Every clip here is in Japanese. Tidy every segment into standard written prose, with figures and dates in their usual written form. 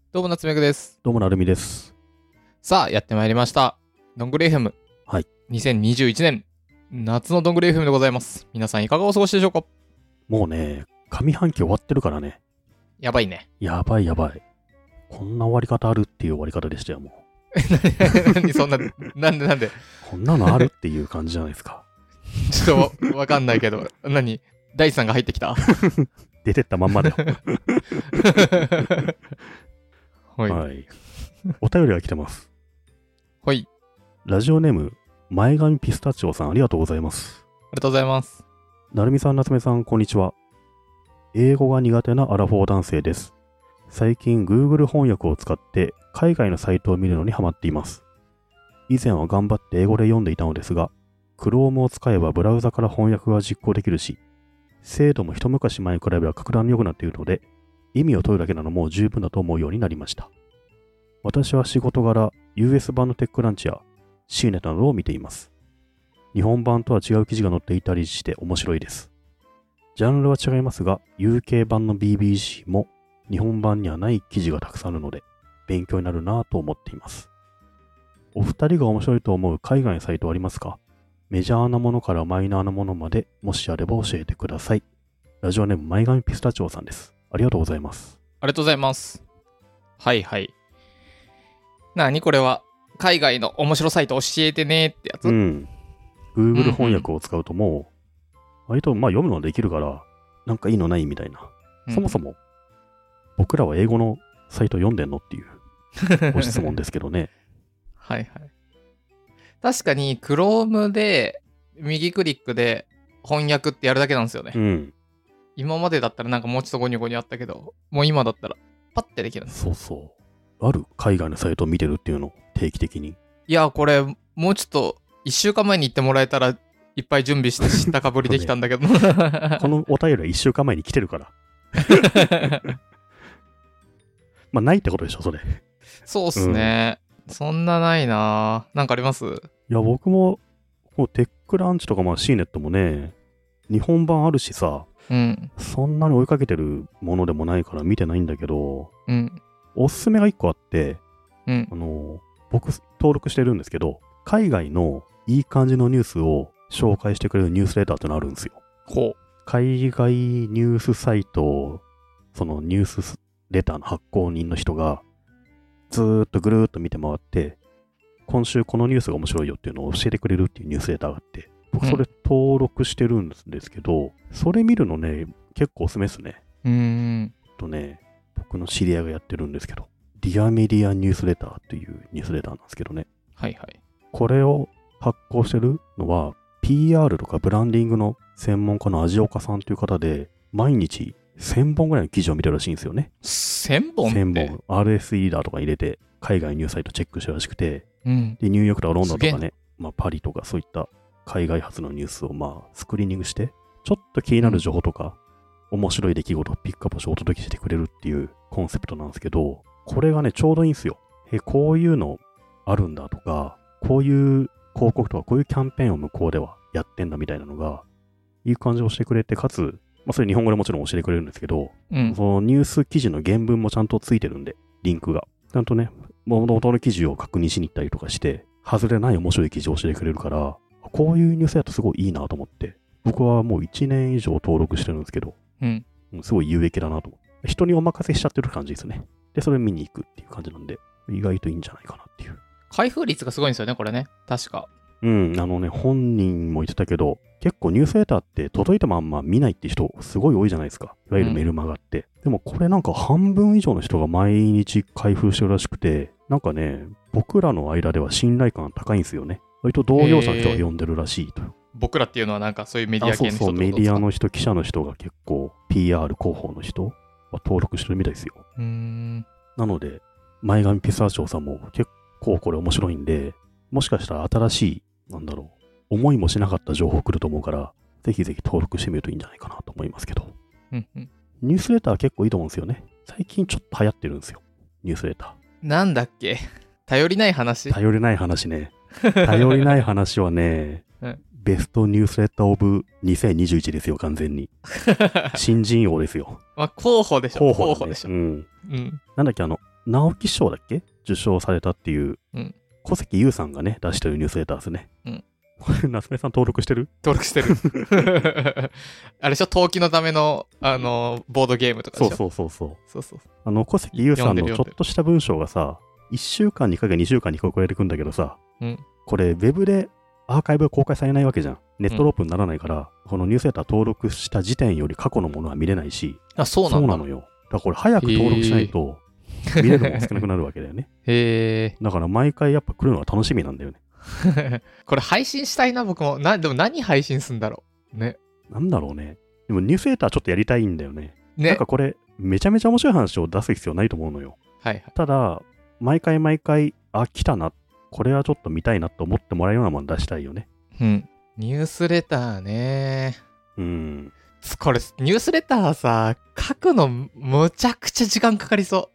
どうも夏目くです。 どうもなるみです。 さあ、やってまいりました。どんぐり FM。 はい。 2021年、夏のどんぐり FM でございます。皆さんいかがお過ごしでしょうか？ もうね、上半期終わってるからね。 やばいね。 やばいやばい。こんな終わり方あるっていう終わり方でしたよ、も何そんな、なんでう。こんなのあるっていう感じじゃないですか。 ちょっとわかんないけど、何大地さんが入ってきた出てったまんまだよ。 はい。 はい。お便りが来てます。 はい。 ラジオネーム、前髪ピスタチオさん、ありがとうございます。 ありがとうございます。 なるみさん、夏目さん、こんにちは。英語が苦手なアラフォー男性です。最近 Google 翻訳を使って海外のサイトを見るのにハマっています。以前は頑張って英語で読んでいたのですが、Chrome を使えばブラウザから翻訳が実行できるし、精度も一昔前に比べば格段に良くなっているので、意味を問うだけなのも十分だと思うようになりました。私は仕事柄、US 版のテックランチや CNET などを見ています。日本版とは違う記事が載っていたりして面白いです。ジャンルは違いますが、UK 版の BBC も日本版にはない記事がたくさんあるので、勉強になるなぁと思っています。お二人が面白いと思う海外のサイトはありますか？メジャーなものからマイナーなものまで、もしあれば教えてください。ラジオネーム前髪ピスタチオさんです。ありがとうございます。 ありがとうございます。はいはい。なにこれは、海外の面白サイト教えてねってやつ？ うん。Google 翻訳を使うともう、割と読むのできるから、なんかいいのないみたいな。そもそも、僕らは英語のサイト読んでんのっていうご質問ですけどね。 はいはい。確かに Chrome で右クリックで翻訳ってやるだけなんですよね。 うん。 今までだったらなんかもうちょっとゴニョゴニョあったけど、もう今だったらパッてできるんです。 そうそう。ある海外のサイトを見てるっていうの、定期的に。 いや、これもうちょっと1週間前に言ってもらえたらいっぱい準備して知ったかぶりできたんだけど。 このお便りは1週間前に来てるから。ないってことでしょ、それ。 そうっすね。そんなないな。なんかあります？ いや、僕も、テックランチとかCNET もね、日本版あるしさ、そんなに追いかけてるものでもないから見てないんだけど、おすすめが1個あって、僕登録してるんですけど、海外のいい感じのニュースを紹介してくれるニュースレターってのあるんですよ。海外ニュースサイト、そのニュースレターの発行人の人がずーっとぐるーっと見て回って、今週このニュースが面白いよっていうのを教えてくれるっていうニュースレターがあって、僕それ登録してるんですけど、それ見るのね、結構おすすめですね。僕の知り合いがやってるんですけど、ディアメディアニュースレターっていうニュースレターなんですけどね。 はいはい。 これを発行してるのは、PR とかブランディングの専門家の味岡さんという方で、毎日1000本ぐらいの記事を見てるらしいんですよね。 1000本って ?1000 本。RS リーダーとか入れて、海外ニュースサイトチェックしてるらしくて、で、ニューヨークとかロンドンとかね、パリとかそういった海外発のニュースをスクリーニングして、ちょっと気になる情報とか、面白い出来事をピックアップしてお届けしてくれるっていうコンセプトなんですけど、これがね、ちょうどいいんですよ。こういうのあるんだとか、こういう広告とか、こういうキャンペーンを向こうではやってんだみたいなのが、いい感じをしてくれて、かつ、それ日本語でもちろん教えてくれるんですけど、そのニュース記事の原文もちゃんとついてるんで、リンクが。ちゃんとね、元の記事を確認しに行ったりとかして、外れない面白い記事を教えてくれるから、こういうニュースだとすごいいいなと思って、僕はもう1年以上登録してるんですけど、すごい有益だなと思って。人にお任せしちゃってる感じですね。で、それ見に行くっていう感じなんで、意外といいんじゃないかなっていう。 開封率がすごいんですよね、これね。確か。 本人も言ってたけど、結構ニュースレターって届いたまんま見ないって人すごい多いじゃないですか。いわゆるメルマガって。でもこれなんか半分以上の人が毎日開封してるらしくて、なんかね、僕らの間では信頼感高いんですよね。割と同業者の人が読んでるらしいと。 僕らっていうのはなんかそういうメディア系の人そう、メディアの人、記者の人が結構 PR 広報の人は登録してるみたいですよ。なので、前髪ピスタチオさんも結構これ面白いんで、もしかしたら新しい、思いもしなかった情報来ると思うから、ぜひぜひ登録してみるといいんじゃないかなと思いますけど。ニュースレター結構いいと思うんですよね。最近ちょっと流行ってるんですよ。ニュースレター。 なんだっけ？頼りない話？ 頼りない話ね。頼りない話はね、ベストニュースレターオブ2021ですよ、完全に。新人王ですよ。 候補でしょ。 候補でしょ。なんだっけ、 直木賞だっけ受賞されたっていう、小関裕さんがね、出してるニュースレターですね。これ、夏目さん登録してる？ 登録してる。あれでしょ、登記のための、ボードゲームとかでしょ。そう。 小関裕さんのちょっとした文章がさ、1週間に1回か2週間に1回送られてくんだけどさ、これ、ウェブでアーカイブが公開されないわけじゃん。ネットロープにならないから、このニュースレター登録した時点より過去のものは見れないし、 そうなのよ。だからこれ、早く登録しないと、見れるのも少なくなるわけだよね。だから毎回やっぱ来るのが楽しみなんだよね。 これ配信したいな、僕も。でも何配信するんだろう。ね。 なんだろうね。でもニュースレターちょっとやりたいんだよね。なんかこれ、めちゃめちゃ面白い話を出す必要ないと思うのよ。ただ、毎回、来たな。これはちょっと見たいなと思ってもらえるようなもの出したいよね。 ニュースレターね。これ、ニュースレターさ、書くのむちゃくちゃ時間かかりそう。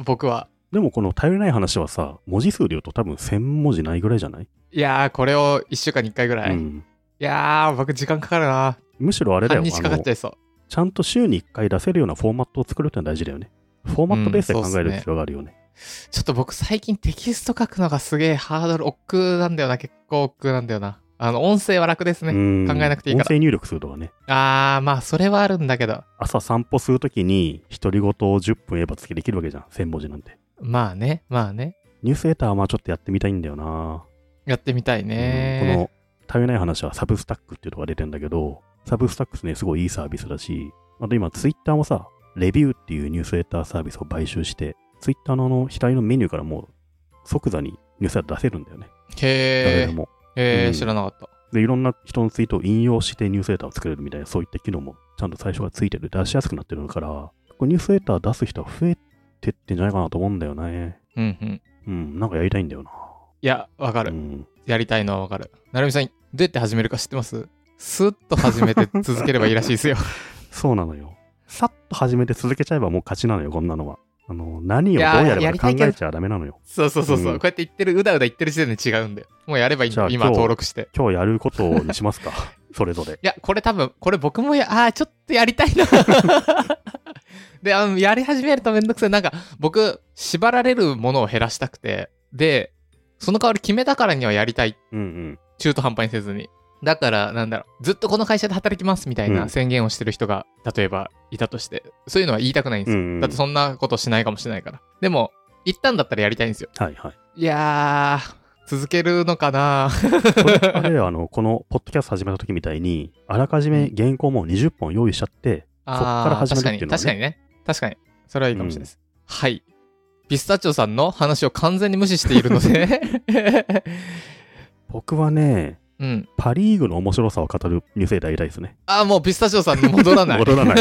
僕は。 でもこの頼りない話はさ、文字数で言うと多分1000文字ないぐらいじゃない？ いやー、これを1週間に1回ぐらい。いやー、僕時間かかるな。 むしろあれだよ。 半日かかっちゃいそう。 ちゃんと週に1回出せるようなフォーマットを作るってのは大事だよね。フォーマットベースで考える必要があるよね。 ちょっと僕最近テキスト書くのがすげえハードル億劫なんだよな。結構億劫なんだよな。音声は楽ですね。考えなくていいから。 音声入力するとかね。 まあ、それはあるんだけど。 朝散歩するときに、独り言を10分言えばつけできるわけじゃん。1000文字なんて。 まあね。 ニュースレターはまあちょっとやってみたいんだよな。 やってみたいね。 この、頼りない話はサブスタックっていうのが出てんだけど、サブスタックね、すごいいいサービスだし、あと今、ツイッターもさ、レビューっていうニュースレターサービスを買収して、ツイッターの左のメニューからもう、即座にニュースレター出せるんだよね。誰でも。 知らなかった。 で、いろんな人のツイートを引用してニュースレターを作れるみたいな、そういった機能もちゃんと最初からついてる、出しやすくなってるから、ニュースレター出す人は増えてってんじゃないかなと思うんだよね。なんかやりたいんだよな。 いや、わかる。やりたいのはわかる。なるみさん、どうやって始めるか知ってます？スッと始めて続ければいいらしいですよ。 そうなのよ。さっと始めて続けちゃえばもう勝ちなのよ、こんなのは。何をどうやれば考えちゃダメなのよ。 そう。こうやって言ってる、うだうだ言ってる時点で違うんだよ。もうやればいいんだよ。今登録して。 今日やることにしますか。それぞれ。 いや、これ多分、僕もちょっとやりたいな。で、やり始めるとめんどくさい。なんか、僕、縛られるものを減らしたくて、で、その代わり決めたからにはやりたい。中途半端にせずに。だから、なんだろう、ずっとこの会社で働きますみたいな宣言をしてる人が、例えばいたとして、そういうのは言いたくないんですよ。だってそんなことしないかもしれないから。でも、一旦だったらやりたいんですよ。いやー、続けるのかな。 あれはこのポッドキャスト始めた時みたいに、あらかじめ原稿も20本用意しちゃって、そっから始めるっていうのは、ね。 確かに。それはいいかもしれないです。はい。ピスタチオさんの話を完全に無視しているので。 僕はね、パリーグの面白さを語るニュースレターやりたいですね。 もうピスタチオさんに戻らない。 戻らない。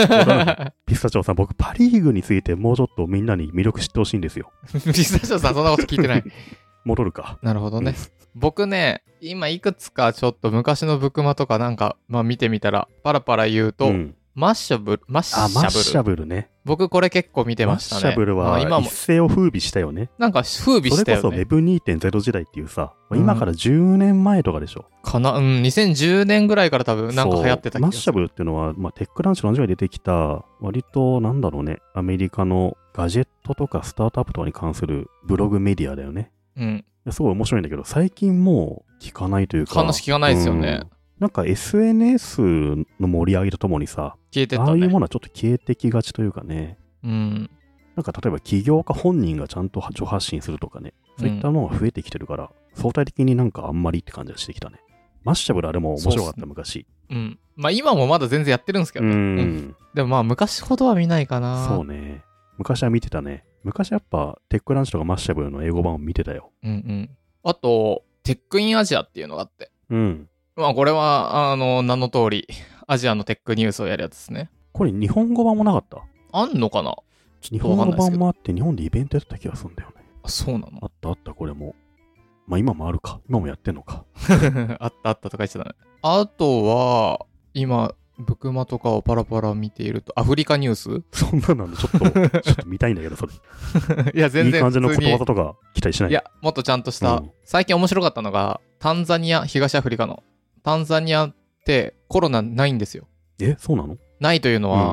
ピスタチオさん、僕パリーグについてもうちょっとみんなに魅力知ってほしいんですよ。 ピスタチオさんそんなこと聞いてない。 戻るか。 なるほどね。僕ね、今いくつかちょっと昔のブクマとかなんか、見てみたら、パラパラ言うと、マッシャブルね。僕これ結構見てましたね。 マッシャブルは一世を風靡したよね。 なんか風靡したよね。 それこそ Web2.0 時代っていうさ、今から10年前とかでしょ。 かな2010年ぐらいから多分なんか流行ってた気がする。 マッシャブルっていうのは、テックランチの話が出てきた、割となんだろうね、アメリカのガジェットとかスタートアップとかに関するブログメディアだよね。すごい面白いんだけど、最近もう聞かないというか。 話聞かないですよね。 なんか SNS の盛り上げとともにさ、 消えてったね。 ああいうものはちょっと消えてきがちというかね。なんか例えば起業家本人がちゃんと情発信するとかね、そういったのが増えてきてるから、相対的になんかあんまりって感じがしてきたね。マッシャブルあれも面白かった、昔。 今もまだ全然やってるんですけどね。でも昔ほどは見ないかな。 そうね。昔は見てたね。昔やっぱテックランチとかマッシャブルの英語版を見てたよ。 あと、テックインアジアっていうのがあって。これは、名の通り、アジアのテックニュースをやるやつですね。 これ日本語版もなかった？ あんのかな？ 日本語版もあって、日本でイベントやってた気がするんだよね。 そうなの？ あった、これも。今もあるか。今もやってんのか。 あったとか言ってたね。あとは、今、ブクマとかをパラパラ見ていると、アフリカニュース？ そんなのちょっと見たいんだけど、それ。 いや、全然。 いい感じのことわざとか期待しない。 いや、もっとちゃんとした、最近面白かったのが、タンザニア、東アフリカの。タンザニアってコロナないんですよ。 そうなの？ ないというのは、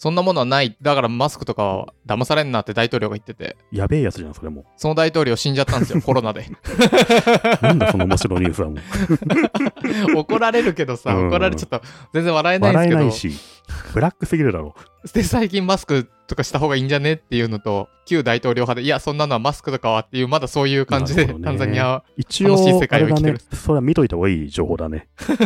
そんなものはない。だからマスクとかは騙されんなって大統領が言ってて。 やべえやつじゃん、それも。 その大統領死んじゃったんですよ、コロナで。 なんだその面白いニュースはもう。 怒られるけどさ、怒られちゃった。全然笑えないんですけど。 笑えないし、ブラックすぎるだろ。 で、最近マスクとかした方がいいんじゃねっていうのと、旧大統領派で、いや、そんなのはマスクとかはっていう、まだそういう感じで、タンザニアは一応楽しい世界を生きてる。 それは見といた方がいい情報だね。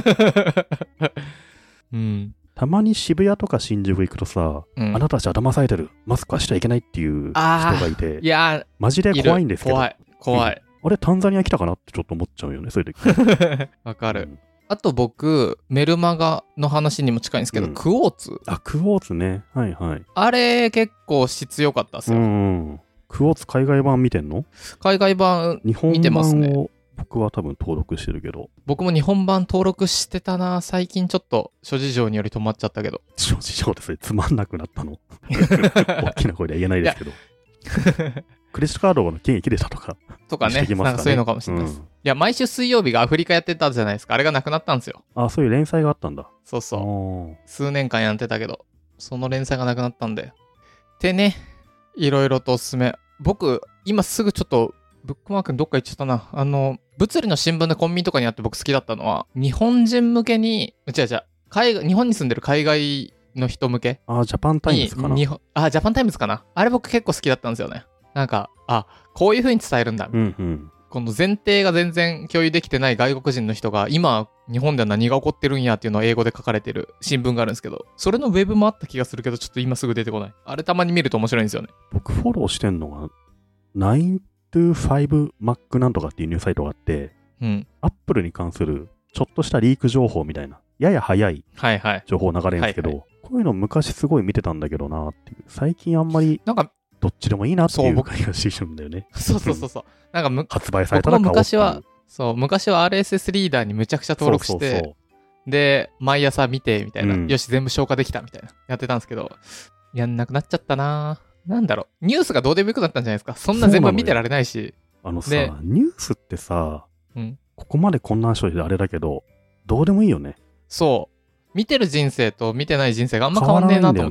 うん。 たまに渋谷とか新宿行くとさ、あなたたちは騙されてる、マスクはしちゃいけないっていう人がいて、 いやマジで怖いんですけど。 怖い。 あれ、タンザニア来たかなってちょっと思っちゃうよね、そういう時。 わかる。あと僕、メルマガの話にも近いんですけど、クォーツ。 クォーツね。はいはい。 あれ、結構質良かったっすよ。 クォーツ海外版見てんの？ 海外版見てますね。 日本版を僕は多分登録してるけど。 僕も日本版登録してたな。最近ちょっと諸事情により止まっちゃったけど。 諸事情ですね。つまんなくなったの。大きな声では言えないですけど。クレジットカードの権益切れたとか。 とかね。なんかそういうのかもしれないです。いや、毎週水曜日がアフリカやってたじゃないですか。あれがなくなったんですよ。 そういう連載があったんだ。 そうそう。数年間やってたけど、その連載がなくなったんで。でね、いろいろとおすすめ。僕、今すぐちょっと、ブックマークにどっか行っちゃったな。物理の新聞でコンビニとかにあって僕好きだったのは、日本人向けに、日本に住んでる海外の人向け。 ジャパンタイムズかな。 ジャパンタイムズかな。あれ僕結構好きだったんですよね。なんか、こういう風に伝えるんだ。この前提が全然共有できてない外国人の人が、今、日本では何が起こってるんやっていうのを英語で書かれてる新聞があるんですけど、それのウェブもあった気がするけど、ちょっと今すぐ出てこない。あれたまに見ると面白いんですよね。 僕フォローしてんのが、9to5Mac なんとかっていうニュースサイトがあって、アップルに関するちょっとしたリーク情報みたいな、やや早い情報流れるんですけど、こういうの昔すごい見てたんだけどなっていう、最近あんまり、なんか、どっちでもいいなっていう感じがしてるんだよね。 そう。なんか発売されたら買おうっていう。 昔は RSS リーダーにむちゃくちゃ登録して、で、毎朝見て、みたいな、よし、全部消化できた、みたいな、やってたんですけど、やんなくなっちゃったな。なんだろう、ニュースがどうでもよくなったんじゃないですか。そんな全部見てられないし。 ニュースってさ、ここまで混乱しといてあれだけど、どうでもいいよね。 そう。見てる人生と見てない人生があんま変わんねえなと思って。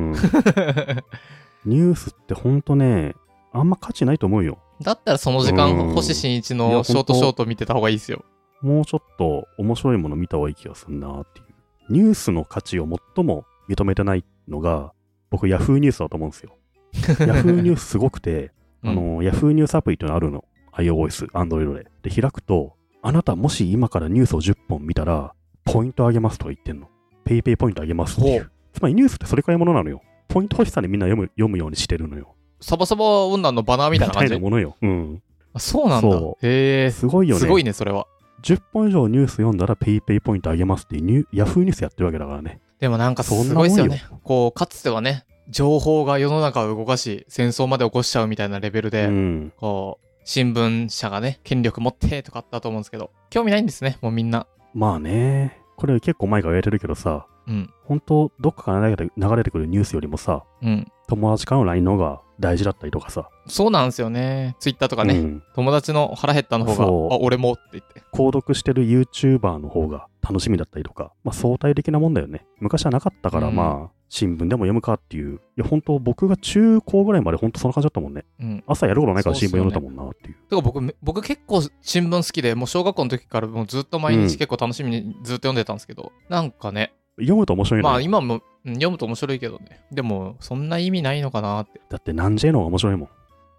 ニュースってほんとね、あんま価値ないと思うよ。 だったらその時間、星新一のショート見てた方がいいですよ。 もうちょっと面白いもの見た方がいい気がするなっていう。ニュースの価値を最も認めてないのが、僕、ヤフーニュースだと思うんですよ。ヤフーニュースすごくて、ヤフーニュースアプリっていうのあるの。iOS、Android で。で、開くと、あなたもし今からニュースを10本見たら、ポイントあげますとか言ってんの。ペイペイポイントあげますっていう。つまりニュースってそれくらいものなのよ。ポイント欲しさでみんな読むようにしてるのよ。 サバサバ女のバナーみたいな感じ。 みたいなものよ。 そうなんだ。へえ。 すごいよね。 すごいね、それは。 10本以上ニュース読んだらペイペイポイントあげますってヤフーニュースやってるわけだからね。 でもなんかすごいですよね。かつてはね、情報が世の中を動かし、戦争まで起こしちゃうみたいなレベルで、新聞社がね、権力持ってとかあったと思うんですけど、興味ないんですね、もうみんな。 まあね、これ結構前から言われてるけどさ、本当どっかから流れてくるニュースよりもさ、友達からの LINE の方が大事だったりとかさ。 そうなんですよね。Twitter とかね、友達の腹減ったの方が、俺もって言って。 購読してる YouTuber の方が楽しみだったりとか、相対的なもんだよね。昔はなかったから、新聞でも読むかっていう。いや、本当僕が中高ぐらいまで本当そんな感じだったもんね。朝やることないから新聞読んでたもんなっていう。 だから僕結構新聞好きで、もう小学校の時からもうずっと毎日結構楽しみにずっと読んでたんですけど、なんかね。 読むと面白いね。 今も読むと面白いけどね。でも、そんな意味ないのかなって。 だって南 J の方が面白いもん。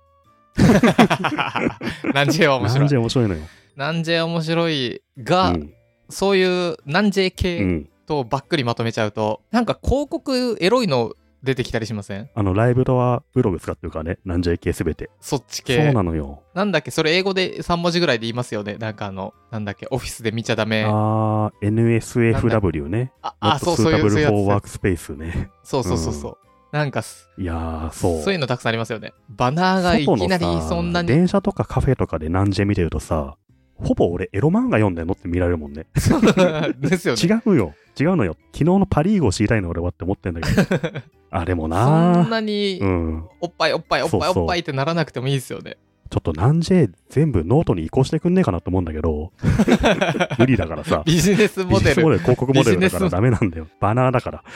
南 J は面白い。 南 J 面白いのよ。 南 J 面白いが、そういう南 J 系とばっくりまとめちゃうと、なんか広告エロいの出てきたりしません？ ライブドアブログ使ってるからね、南 J 系すべて。 そっち系。 そうなのよ。 なんだっけ、それ英語で3文字ぐらいで言いますよね。なんかなんだっけ、オフィスで見ちゃダメ。 NSFW ね。 そうそういうやつ。 for Workspace ね。 そう。なんかいやー、そう。 そういうのたくさんありますよね。バナーがいきなりそんなに。 電車とかカフェとかで南 J 見てるとさ、ほぼ俺エロ漫画読んでんのって見られるもんね。 ですよね。 違うのよ。昨日のパリーグを知りたいの俺はって思ってんだけど。あれもなそんなに、おっぱいってならなくてもいいですよね。 ちょっと南 J 全部ノートに移行してくんねえかなと思うんだけど、無理だからさ。 ビジネスモデル。 広告モデルだからダメなんだよ。バナーだから。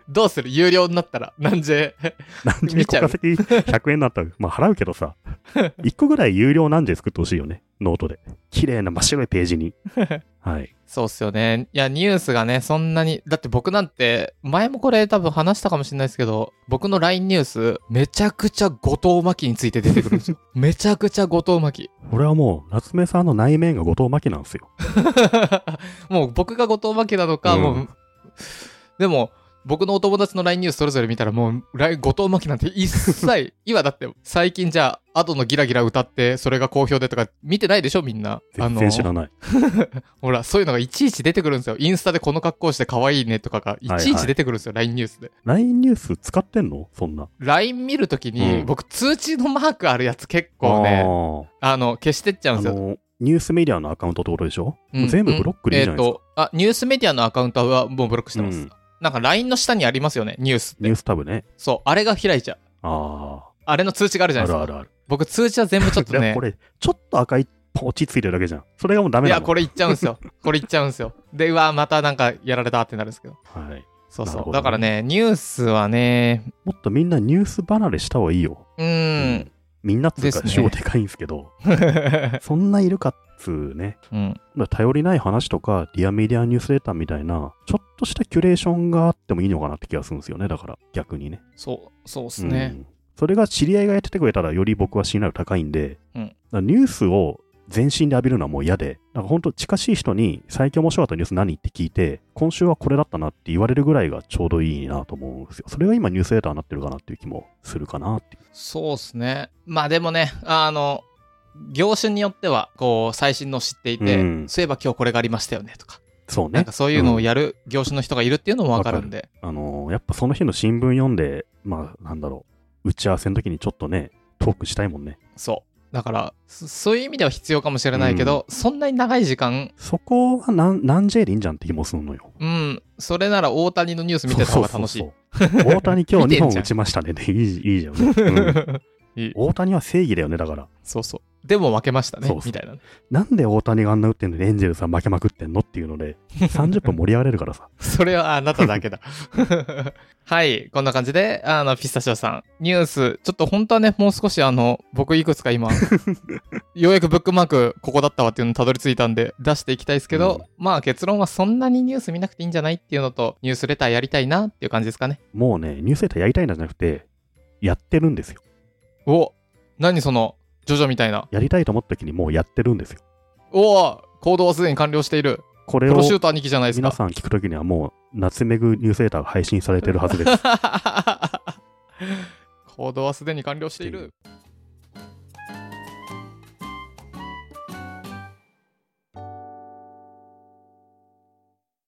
どうする有料になったら。なんで何時見ちゃう国家席100円だったら、まあ払うけどさ、1個ぐらい有料なんで作ってほしいよね、ノートで。綺麗な真っ白いページに。はい。 そうっすよね。いや、ニュースがね、そんなに、だって僕なんて、前もこれ多分話したかもしれないですけど、僕の LINE ニュース、めちゃくちゃ後藤真希について出てくるんですよ。めちゃくちゃ後藤真希。 これはもう、夏目さんの内面が後藤真希なんですよ。 もう僕が後藤真希なのか、もう、でも、僕のお友達の LINE ニュースそれぞれ見たらもう、後藤真希なんて一切、今だって最近じゃあ、アドのギラギラ歌って、それが好評でとか見てないでしょみんな。 全然知らない。 ほら、そういうのがいちいち出てくるんですよ。インスタでこの格好して可愛いねとかが、いちいち出てくるんですよ、LINE ニュースで。 LINE ニュース使ってんのそんな。 LINE 見るときに、僕通知のマークあるやつ結構ね、消してっちゃうんですよ。 ニュースメディアのアカウントってことでしょ、全部ブロックでいいじゃないですか。 ニュースメディアのアカウントはもうブロックしてます。なんか LINE の下にありますよね、ニュースって。 ニュースタブね。 そう、あれが開いちゃう。あれの通知があるじゃないですか。 あるあるある。 僕通知は全部ちょっとね。 これ、ちょっと赤いポチついてるだけじゃん。それがもうダメなの。 いや、これいっちゃうんですよ。これいっちゃうんですよ。で、うわ、またなんかやられたってなるんですけど。 はい。 そうそう。だからね、ニュースはね。 もっとみんなニュース離れした方がいいよ。みんなっつうか主語でかいんですけど。そんないるかっつうね。頼りない話とか、ディアメディアニュースレターみたいな、ちょっとしたキュレーションがあってもいいのかなって気がするんですよね。だから逆にね。 そうっすね。 それが知り合いがやっててくれたらより僕は信頼度高いんで、ニュースを全身で浴びるのはもう嫌で、なんか本当近しい人に最近面白かったニュース何って聞いて、今週はこれだったなって言われるぐらいがちょうどいいなと思うんですよ。それが今ニュースレターになってるかなっていう気もするかなっていう。 そうっすね。まあでもね、業種によっては、こう、最新の知っていて、そういえば今日これがありましたよねとか。 そうね。 なんかそういうのをやる業種の人がいるっていうのもわかるんで。 やっぱその日の新聞読んで、まあなんだろう、打ち合わせの時にちょっとね、トークしたいもんね。 そう。だから、そういう意味では必要かもしれないけど、そんなに長い時間。 そこは何 J でいいんじゃんって気もするのよ。 それなら大谷のニュース見てた方が楽しい。 大谷今日2本打ちましたね。でいいじゃんね。大谷は正義だよね、だから。 そうそう。でも負けましたね、みたいな。 なんで大谷があんな打ってんのにエンジェルスは負けまくってんのっていうので、30分盛り上がれるからさ。 それはあなただけだ。はい、こんな感じで、ピスタチオさん、ニュース、ちょっと本当はね、もう少し僕いくつか今、ようやくブックマークここだったわっていうのにたどり着いたんで、出していきたいですけど、まあ結論はそんなにニュース見なくていいんじゃないっていうのと、ニュースレターやりたいなっていう感じですかね。 もうね、ニュースレターやりたいんじゃなくて、やってるんですよ。 何その、ジョジョみたいな。 やりたいと思った時にもうやってるんですよ。 行動はすでに完了している。 これをプロシューター2期じゃないですか。 皆さん聞く時にはもう、夏めぐニュースレターが配信されてるはずです。 行動はすでに完了している。